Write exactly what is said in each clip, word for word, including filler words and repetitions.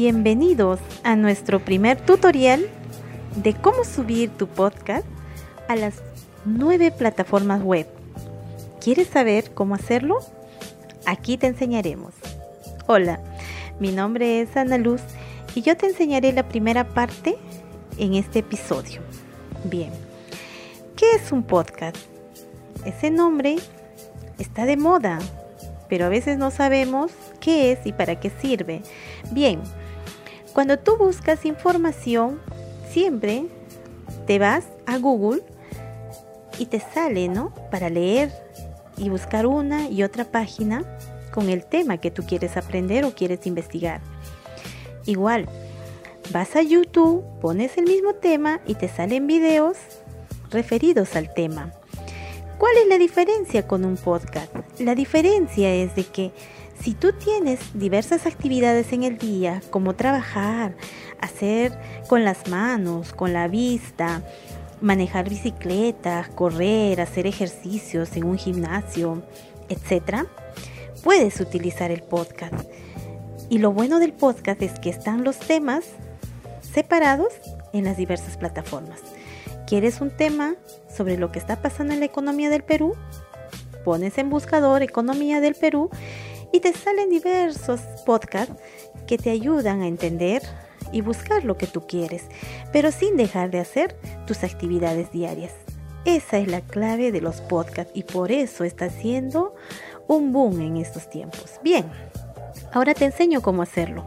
Bienvenidos a nuestro primer tutorial de cómo subir tu podcast a las nueve plataformas web. ¿Quieres saber cómo hacerlo? Aquí te enseñaremos. Hola, mi nombre es Ana Luz y yo te enseñaré la primera parte en este episodio. Bien, ¿qué es un podcast? Ese nombre está de moda, pero a veces no sabemos qué es y para qué sirve. Bien, cuando tú buscas información, siempre te vas a Google y te sale, ¿no? Para leer y buscar una y otra página con el tema que tú quieres aprender o quieres investigar. Igual, vas a YouTube, pones el mismo tema y te salen videos referidos al tema. ¿Cuál es la diferencia con un podcast? La diferencia es de que si tú tienes diversas actividades en el día, como trabajar, hacer con las manos, con la vista, manejar bicicleta, correr, hacer ejercicios en un gimnasio, etcétera, puedes utilizar el podcast. Y lo bueno del podcast es que están los temas separados en las diversas plataformas. ¿Quieres un tema sobre lo que está pasando en la economía del Perú? Pones en buscador Economía del Perú y te salen diversos podcasts que te ayudan a entender y buscar lo que tú quieres, pero sin dejar de hacer tus actividades diarias. Esa es la clave de los podcasts y por eso está siendo un boom en estos tiempos. Bien, ahora te enseño cómo hacerlo.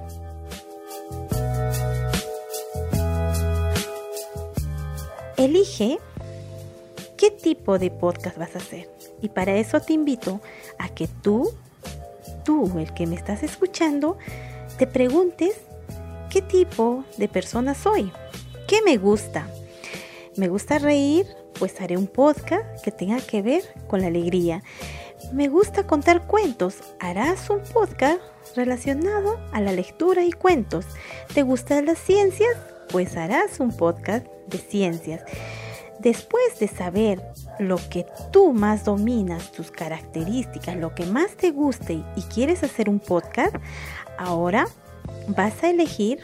Elige qué tipo de podcast vas a hacer y para eso te invito a que tú, tú, el que me estás escuchando, te preguntes qué tipo de persona soy, qué me gusta. ¿Me gusta reír? Pues haré un podcast que tenga que ver con la alegría. ¿Me gusta contar cuentos? Harás un podcast relacionado a la lectura y cuentos. ¿Te gustan las ciencias? Pues harás un podcast de ciencias. Después de saber lo que tú más dominas, tus características, lo que más te guste y quieres hacer un podcast, ahora vas a elegir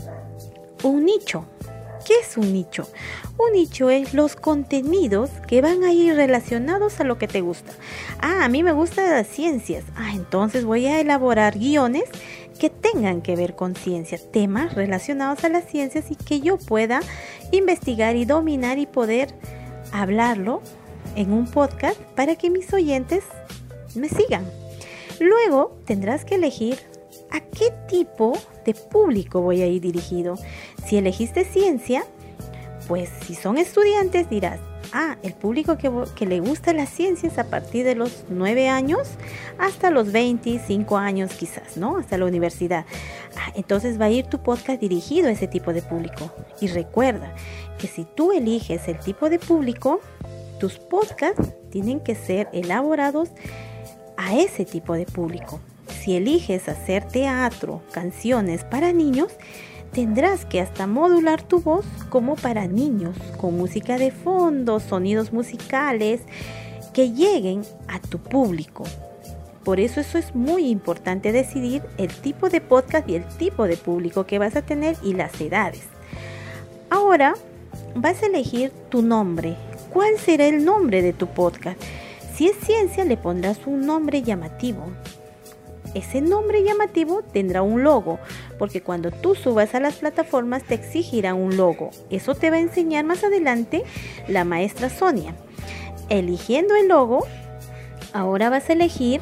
un nicho. ¿Qué es un nicho? Un nicho es los contenidos que van a ir relacionados a lo que te gusta. Ah, a mí me gustan las ciencias. Ah, entonces voy a elaborar guiones que tengan que ver con ciencias, temas relacionados a las ciencias y que yo pueda investigar y dominar y poder hablarlo en un podcast para que mis oyentes me sigan. Luego tendrás que elegir a qué tipo de público voy a ir dirigido. Si elegiste ciencia, pues si son estudiantes dirás, ah, el público que, que le gusta las ciencias a partir de los nueve años hasta los veinticinco años quizás, ¿no? Hasta la universidad. Ah, entonces va a ir tu podcast dirigido a ese tipo de público. Y recuerda que si tú eliges el tipo de público, tus podcasts tienen que ser elaborados a ese tipo de público. Si eliges hacer teatro, canciones para niños, tendrás que hasta modular tu voz como para niños, con música de fondo, sonidos musicales que lleguen a tu público. Por eso eso es muy importante decidir el tipo de podcast y el tipo de público que vas a tener y las edades. Ahora vas a elegir tu nombre. ¿Cuál será el nombre de tu podcast? Si es ciencia, le pondrás un nombre llamativo. Ese nombre llamativo tendrá un logo, porque cuando tú subas a las plataformas te exigirán un logo. Eso te va a enseñar más adelante la maestra Sonia. Eligiendo el logo, ahora vas a elegir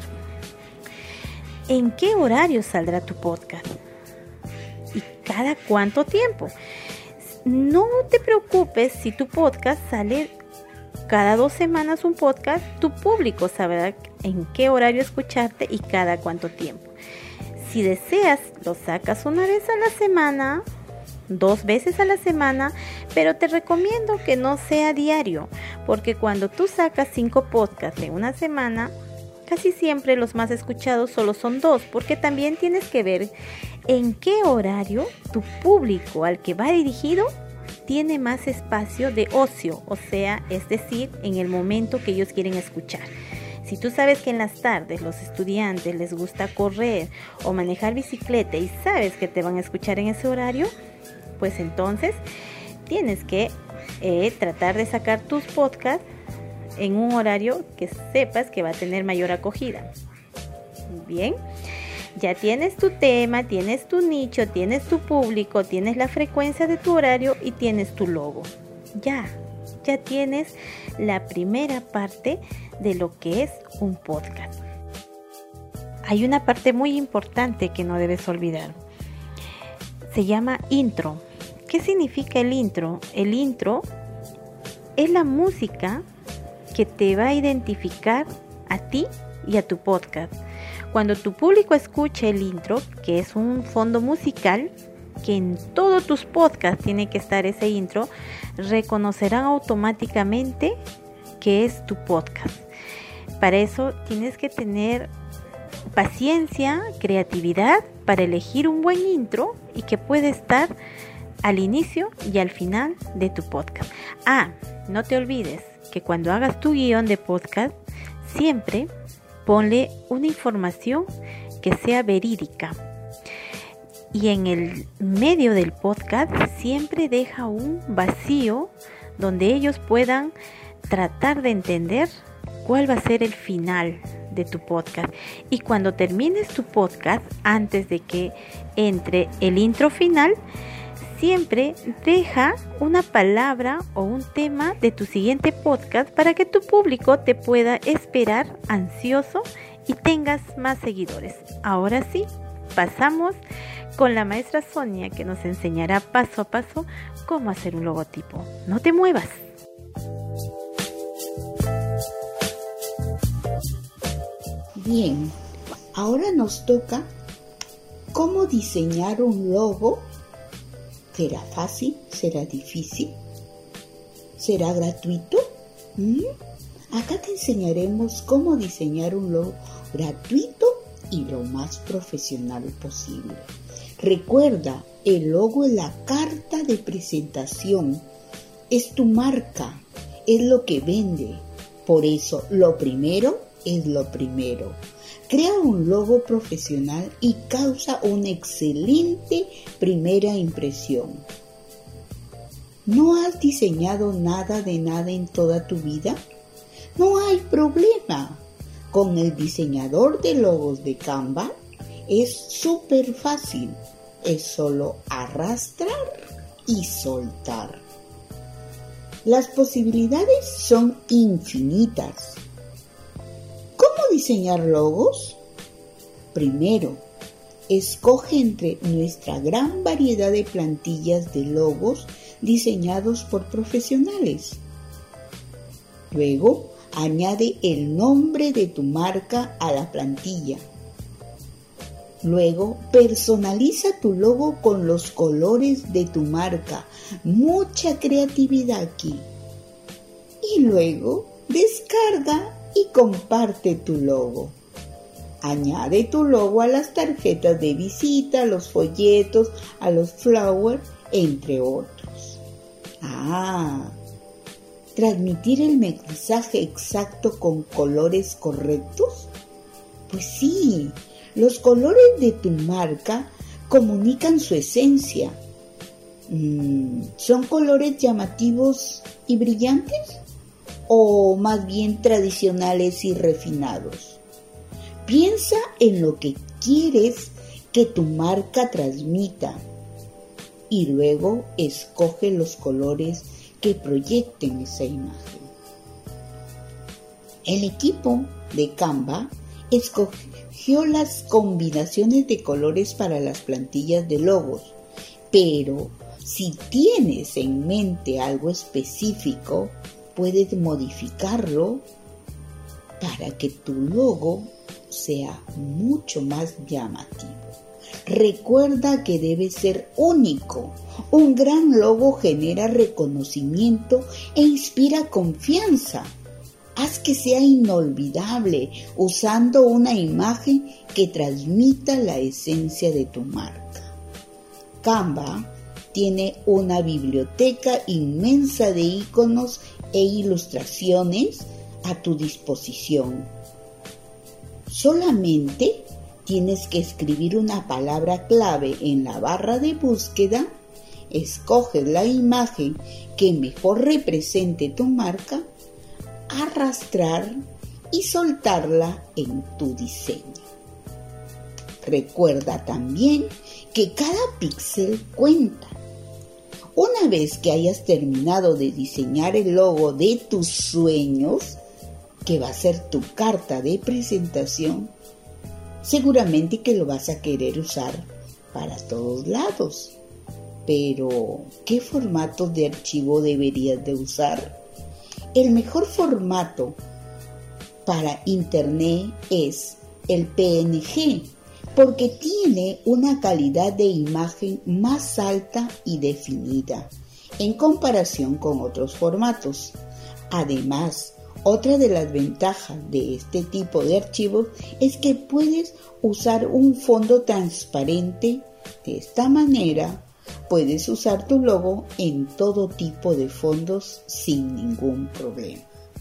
en qué horario saldrá tu podcast y cada cuánto tiempo. No te preocupes si tu podcast sale cada dos semanas un podcast, tu público sabrá en qué horario escucharte y cada cuánto tiempo. Si deseas, lo sacas una vez a la semana, dos veces a la semana, pero te recomiendo que no sea diario, porque cuando tú sacas cinco podcasts en una semana, casi siempre los más escuchados solo son dos, porque también tienes que ver en qué horario tu público al que va dirigido tiene más espacio de ocio, o sea, es decir, en el momento que ellos quieren escuchar. Si tú sabes que en las tardes los estudiantes les gusta correr o manejar bicicleta y sabes que te van a escuchar en ese horario, pues entonces tienes que eh, tratar de sacar tus podcasts en un horario que sepas que va a tener mayor acogida. Bien, ya tienes tu tema, tienes tu nicho, tienes tu público, tienes la frecuencia de tu horario y tienes tu logo. Ya, ya tienes la primera parte de lo que es un podcast. Hay una parte muy importante que no debes olvidar. Se llama intro. ¿Qué significa el intro? El intro es la música que te va a identificar a ti y a tu podcast. Cuando tu público escuche el intro, que es un fondo musical, que en todos tus podcasts tiene que estar ese intro, reconocerán automáticamente que es tu podcast. Para eso tienes que tener paciencia, creatividad para elegir un buen intro y que puede estar al inicio y al final de tu podcast. Ah, no te olvides que cuando hagas tu guión de podcast, siempre ponle una información que sea verídica. Y en el medio del podcast siempre deja un vacío donde ellos puedan tratar de entender cuál va a ser el final de tu podcast. Y cuando termines tu podcast, antes de que entre el intro final, siempre deja una palabra o un tema de tu siguiente podcast para que tu público te pueda esperar ansioso y tengas más seguidores. Ahora sí, pasamos con la maestra Sonia, que nos enseñará paso a paso cómo hacer un logotipo. No te muevas. Bien, ahora nos toca cómo diseñar un logo. ¿Será fácil? ¿Será difícil? ¿Será gratuito? ¿Mm? Acá te enseñaremos cómo diseñar un logo gratuito y lo más profesional posible. Recuerda, el logo es la carta de presentación, es tu marca, es lo que vende. Por eso, lo primero es lo primero. Crea un logo profesional y causa una excelente primera impresión. ¿No has diseñado nada de nada en toda tu vida? No hay problema. Con el diseñador de logos de Canva es súper fácil. Es solo arrastrar y soltar. Las posibilidades son infinitas. ¿Cómo diseñar logos? Primero, escoge entre nuestra gran variedad de plantillas de logos diseñados por profesionales. Luego, añade el nombre de tu marca a la plantilla. Luego, personaliza tu logo con los colores de tu marca. Mucha creatividad aquí. Y luego, descarga y comparte tu logo. Añade tu logo a las tarjetas de visita, a los folletos, a los flyers, entre otros. Ah, ¿transmitir el mensaje exacto con colores correctos? Pues sí, los colores de tu marca comunican su esencia. Mm, ¿Son colores llamativos y brillantes? ¿O más bien tradicionales y refinados? Piensa en lo que quieres que tu marca transmita y luego escoge los colores que proyecten esa imagen. El equipo de Canva escogió las combinaciones de colores para las plantillas de logos, pero si tienes en mente algo específico, puedes modificarlo para que tu logo sea mucho más llamativo. Recuerda que debe ser único. Un gran logo genera reconocimiento e inspira confianza. Haz que sea inolvidable usando una imagen que transmita la esencia de tu marca. Canva tiene una biblioteca inmensa de iconos e ilustraciones a tu disposición. Solamente tienes que escribir una palabra clave en la barra de búsqueda, escoges la imagen que mejor represente tu marca, arrastrar y soltarla en tu diseño. Recuerda también que cada píxel cuenta. Una vez que hayas terminado de diseñar el logo de tus sueños, que va a ser tu carta de presentación, seguramente que lo vas a querer usar para todos lados. Pero, ¿qué formato de archivo deberías de usar? El mejor formato para internet es el P N G, porque tiene una calidad de imagen más alta y definida en comparación con otros formatos. Además, otra de las ventajas de este tipo de archivos es que puedes usar un fondo transparente. De esta manera, puedes usar tu logo en todo tipo de fondos sin ningún problema.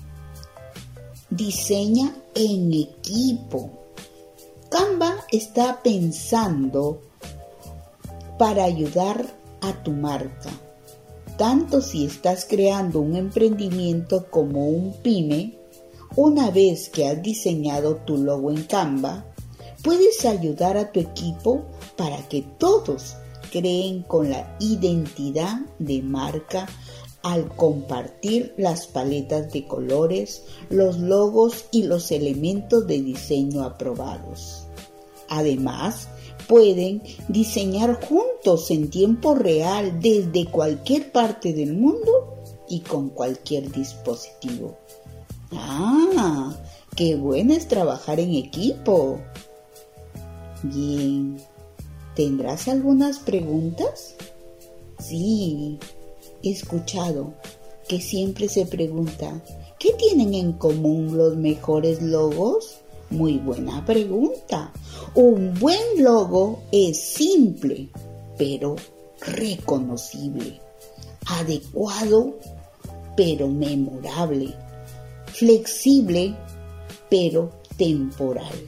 Diseña en equipo. Canva está pensando para ayudar a tu marca, tanto si estás creando un emprendimiento como un pyme. Una vez que has diseñado tu logo en Canva, puedes ayudar a tu equipo para que todos creen con la identidad de marca al compartir las paletas de colores, los logos y los elementos de diseño aprobados. Además, pueden diseñar juntos en tiempo real desde cualquier parte del mundo y con cualquier dispositivo. ¡Ah! ¡Qué bueno es trabajar en equipo! Bien, ¿tendrás algunas preguntas? Sí, he escuchado que siempre se pregunta, ¿qué tienen en común los mejores logos? Muy buena pregunta. Un buen logo es simple, pero reconocible, adecuado, pero memorable, flexible, pero temporal,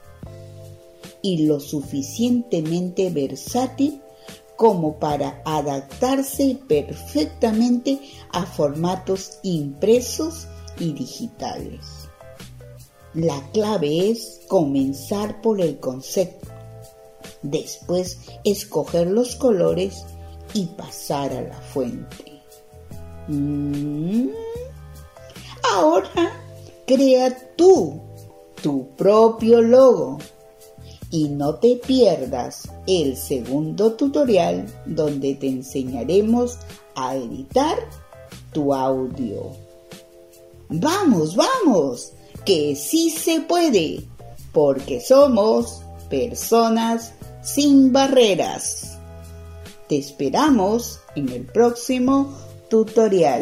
y lo suficientemente versátil como para adaptarse perfectamente a formatos impresos y digitales. La clave es comenzar por el concepto, después escoger los colores y pasar a la fuente. Mm. Ahora crea tú tu propio logo y no te pierdas el segundo tutorial donde te enseñaremos a editar tu audio. ¡Vamos, vamos! Que sí se puede, porque somos personas sin barreras. Te esperamos en el próximo tutorial.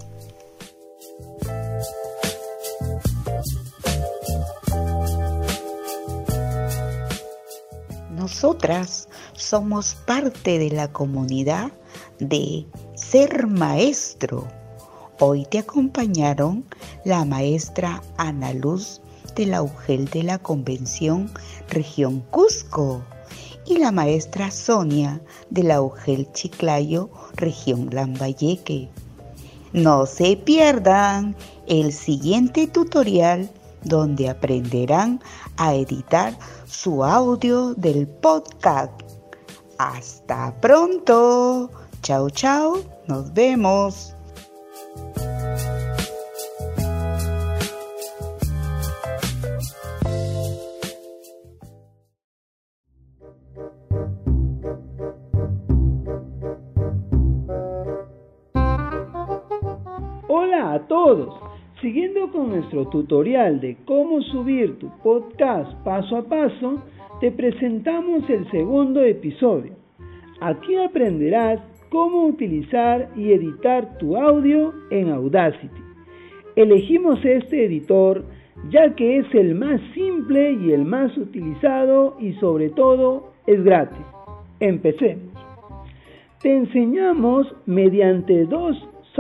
Nosotras somos parte de la comunidad de Ser Maestro. Hoy te acompañaron la maestra Ana Luz de la U G E L de la Convención Región Cusco y la maestra Sonia de la U G E L Chiclayo Región Lambayeque. No se pierdan el siguiente tutorial donde aprenderán a editar su audio del podcast. Hasta pronto. Chao, chao. Nos vemos. Hola a todos. Siguiendo con nuestro tutorial de cómo subir tu podcast paso a paso, te presentamos el segundo episodio. Aquí aprenderás cómo utilizar y editar tu audio en Audacity. Elegimos este editor ya que es el más simple y el más utilizado y sobre todo es gratis. Empecemos. Te enseñamos mediante dos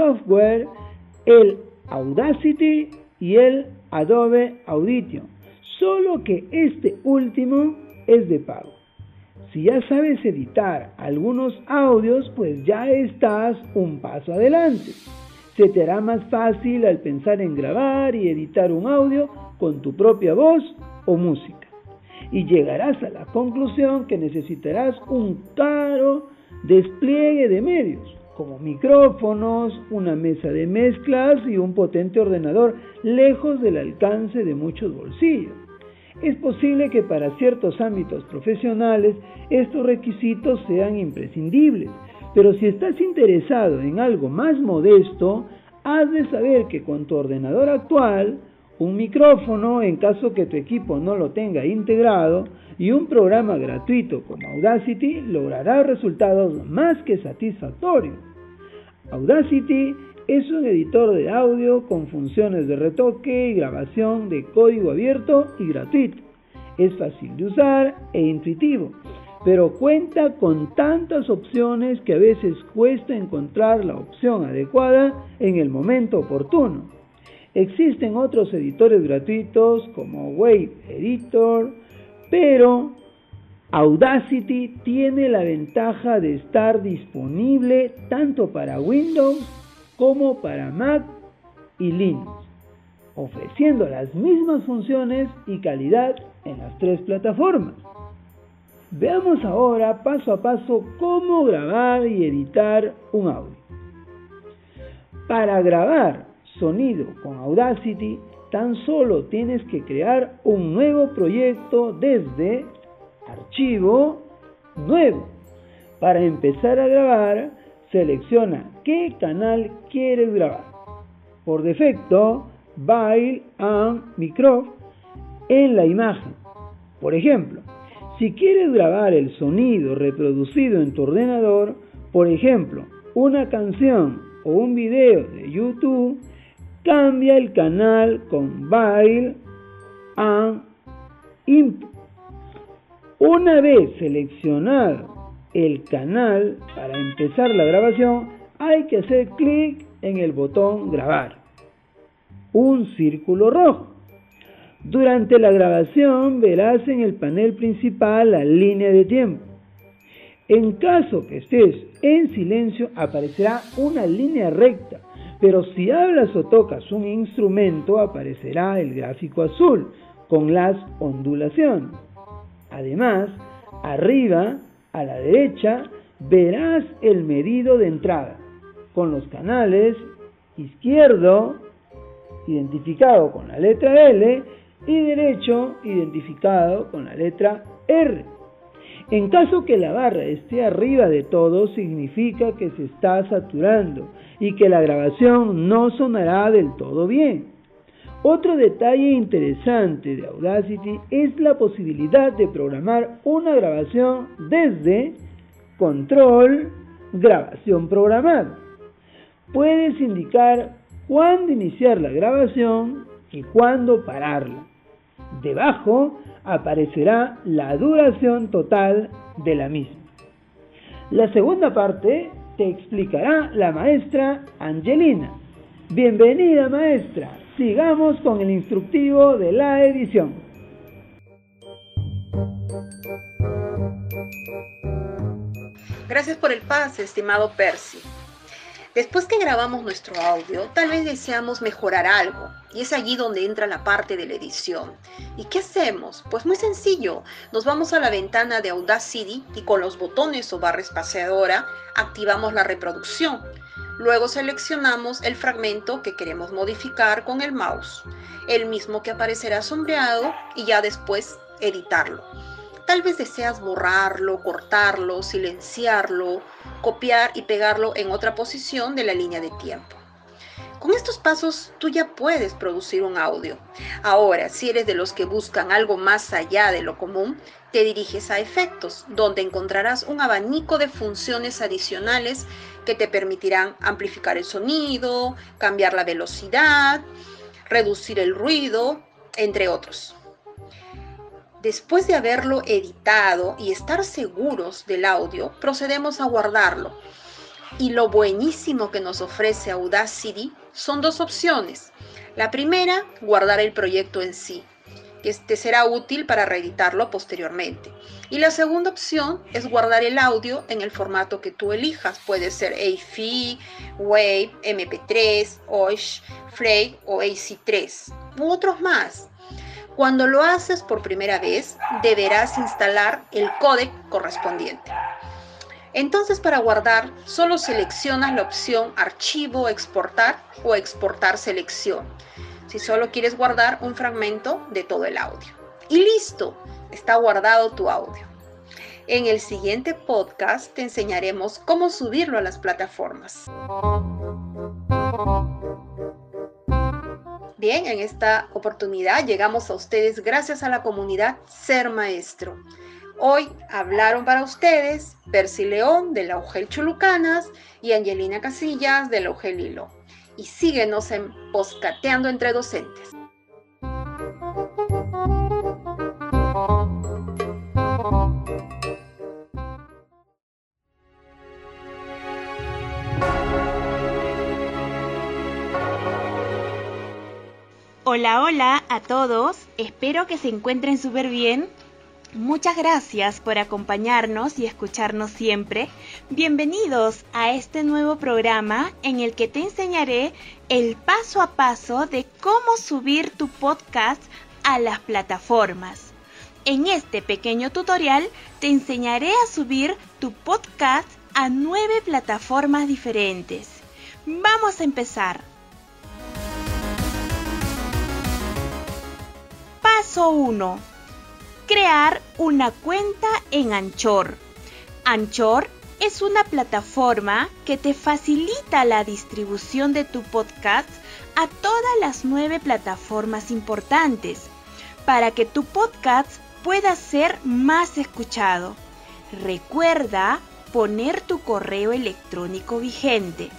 software, el Audacity y el Adobe Audition. solo que este último es de pago. Si ya sabes editar algunos audios, pues ya estás un paso adelante. Se te hará más fácil al pensar en grabar y editar un audio con tu propia voz o música. Y llegarás a la conclusión que necesitarás un caro despliegue de medios, como micrófonos, una mesa de mezclas y un potente ordenador lejos del alcance de muchos bolsillos. Es posible que para ciertos ámbitos profesionales estos requisitos sean imprescindibles, pero si estás interesado en algo más modesto, has de saber que con tu ordenador actual, un micrófono en caso que tu equipo no lo tenga integrado y un programa gratuito como Audacity lograrás resultados más que satisfactorios. Audacity es un editor de audio con funciones de retoque y grabación de código abierto y gratuito. Es fácil de usar e intuitivo, pero cuenta con tantas opciones que a veces cuesta encontrar la opción adecuada en el momento oportuno. Existen otros editores gratuitos como Wave Editor, pero Audacity tiene la ventaja de estar disponible tanto para Windows como para Mac y Linux, ofreciendo las mismas funciones y calidad en las tres plataformas. Veamos ahora paso a paso cómo grabar y editar un audio. Para grabar sonido con Audacity, tan solo tienes que crear un nuevo proyecto desde Archivo, Nuevo. Para empezar a grabar, selecciona qué canal quieres grabar. Por defecto, Bail and Microphone en la imagen. Por ejemplo, si quieres grabar el sonido reproducido en tu ordenador, por ejemplo, una canción o un video de YouTube, cambia el canal con Bail and Input. Una vez seleccionado el canal para empezar la grabación, hay que hacer clic en el botón grabar, un círculo rojo. Durante la grabación verás en el panel principal la línea de tiempo. En caso que estés en silencio aparecerá una línea recta, pero si hablas o tocas un instrumento aparecerá el gráfico azul con las ondulaciones. Además, arriba a la derecha verás el medido de entrada con los canales izquierdo identificado con la letra L y derecho identificado con la letra R. En caso que la barra esté arriba de todo, significa que se está saturando y que la grabación no sonará del todo bien. Otro detalle interesante de Audacity es la posibilidad de programar una grabación desde Control, Grabación Programada. Puedes indicar cuándo iniciar la grabación y cuándo pararla. Debajo aparecerá la duración total de la misma. La segunda parte te explicará la maestra Angelina. Bienvenida, maestra. Sigamos con el instructivo de la edición. Gracias por el pase, estimado Percy. Después que grabamos nuestro audio, tal vez deseamos mejorar algo, y es allí donde entra la parte de la edición. ¿Y qué hacemos? Pues muy sencillo, nos vamos a la ventana de Audacity y con los botones o barra espaciadora activamos la reproducción. Luego seleccionamos el fragmento que queremos modificar con el mouse, el mismo que aparecerá sombreado, y ya después editarlo. Tal vez deseas borrarlo, cortarlo, silenciarlo, copiar y pegarlo en otra posición de la línea de tiempo. Con estos pasos tú ya puedes producir un audio. Ahora, si eres de los que buscan algo más allá de lo común, te diriges a efectos, donde encontrarás un abanico de funciones adicionales que te permitirán amplificar el sonido, cambiar la velocidad, reducir el ruido, entre otros. Después de haberlo editado y estar seguros del audio, procedemos a guardarlo. Y lo buenísimo que nos ofrece Audacity son dos opciones. La primera, guardar el proyecto en sí. que te será útil para reeditarlo posteriormente. Y la segunda opción es guardar el audio en el formato que tú elijas. Puede ser A I F I, Wave, M P tres, O S H, FLAC o A C tres, u otros más. Cuando lo haces por primera vez, deberás instalar el códec correspondiente. Entonces, para guardar, solo seleccionas la opción Archivo, Exportar o Exportar Selección, si solo quieres guardar un fragmento de todo el audio. Y listo, está guardado tu audio. En el siguiente podcast te enseñaremos cómo subirlo a las plataformas. Bien, en esta oportunidad llegamos a ustedes gracias a la comunidad Ser Maestro. Hoy hablaron para ustedes Percy León de la U G E L Chulucanas y Angelina Casillas de la U G E L Hilo. Y síguenos en Poscateando entre Docentes. Hola, hola a todos, espero que se encuentren súper bien. Muchas gracias por acompañarnos y escucharnos siempre. Bienvenidos a este nuevo programa en el que te enseñaré el paso a paso de cómo subir tu podcast a las plataformas. En este pequeño tutorial te enseñaré a subir tu podcast a nueve plataformas diferentes. Vamos a empezar. Paso uno. Crear una cuenta en Anchor. Anchor es una plataforma que te facilita la distribución de tu podcast a todas las nueve plataformas importantes para que tu podcast pueda ser más escuchado. Recuerda poner tu correo electrónico vigente.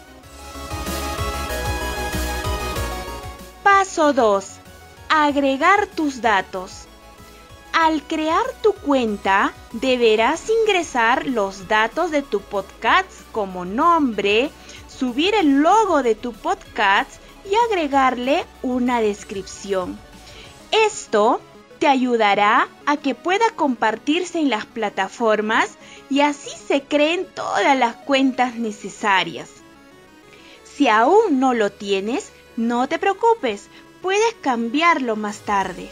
Paso dos. Agregar tus datos. Al crear tu cuenta, deberás ingresar los datos de tu podcast como nombre, subir el logo de tu podcast y agregarle una descripción. Esto te ayudará a que pueda compartirse en las plataformas y así se creen todas las cuentas necesarias. Si aún no lo tienes, no te preocupes, puedes cambiarlo más tarde.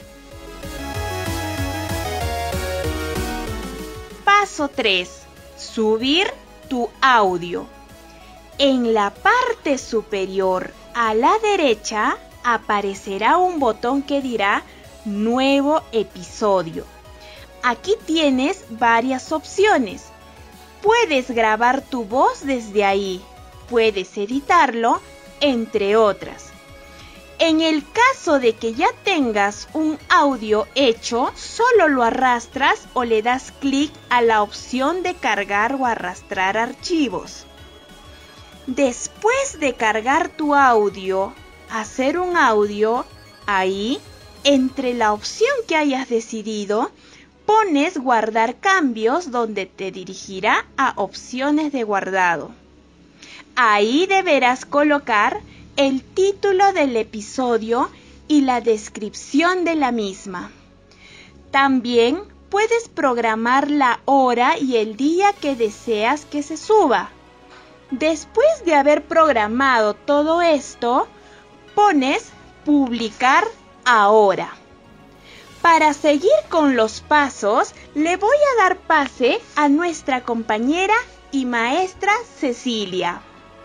Paso tres. Subir tu audio. En la parte superior a la derecha aparecerá un botón que dirá Nuevo episodio. Aquí tienes varias opciones. Puedes grabar tu voz desde ahí, puedes editarlo, entre otras. En el caso de que ya tengas un audio hecho, solo lo arrastras o le das clic a la opción de cargar o arrastrar archivos. Después de cargar tu audio, hacer un audio, ahí, entre la opción que hayas decidido, pones guardar cambios donde te dirigirá a opciones de guardado. Ahí deberás colocar el título del episodio y la descripción de la misma. También puedes programar la hora y el día que deseas que se suba. Después de haber programado todo esto, pones publicar ahora. Para seguir con los pasos, le voy a dar pase a nuestra compañera y maestra Cecilia.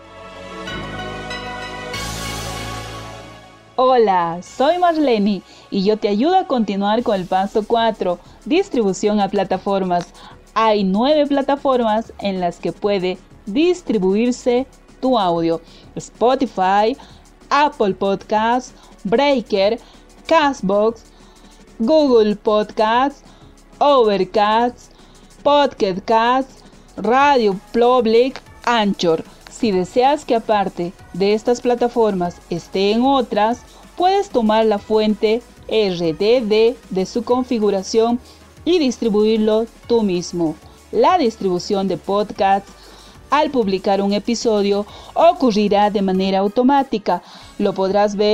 Hola, soy Marlene y yo te ayudo a continuar con el paso cuatro, distribución a plataformas. Hay nueve plataformas en las que puede distribuirse tu audio: Spotify, Apple Podcasts, Breaker, Castbox, Google Podcasts, Overcast, Pocket Casts, Radio Public, Anchor. Si deseas que aparte de estas plataformas estén otras, puedes tomar la fuente R D D de su configuración y distribuirlo tú mismo. La distribución de podcasts al publicar un episodio ocurrirá de manera automática. Lo podrás ver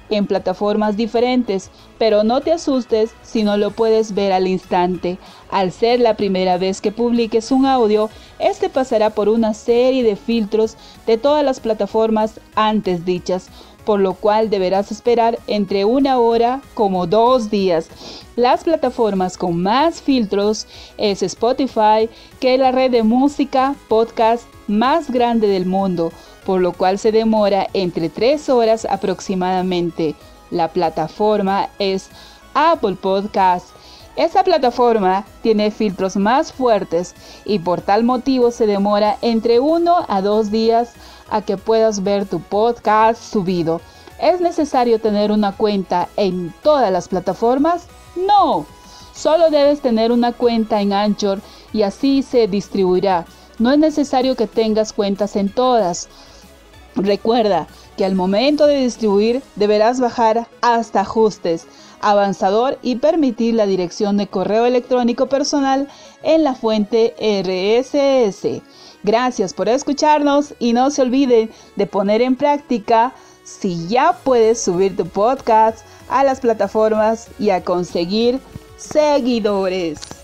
en plataformas diferentes, pero no te asustes si no lo puedes ver al instante. Al ser la primera vez que publiques un audio, este pasará por una serie de filtros de todas las plataformas antes dichas, por lo cual deberás esperar entre una hora como dos días. Las plataformas con más filtros es Spotify, que es la red de música podcast más grande del mundo, por lo cual se demora entre tres horas aproximadamente. La plataforma es Apple Podcast. Esta plataforma tiene filtros más fuertes y por tal motivo se demora entre uno a dos días a que puedas ver tu podcast subido. ¿Es necesario tener una cuenta en todas las plataformas? No, solo debes tener una cuenta en Anchor y así se distribuirá. No es necesario que tengas cuentas en todas. Recuerda que al momento de distribuir deberás bajar hasta ajustes, avanzador y permitir la dirección de correo electrónico personal en la fuente R S S. Gracias por escucharnos y no se olviden de poner en práctica si ya puedes subir tu podcast a las plataformas y a conseguir seguidores.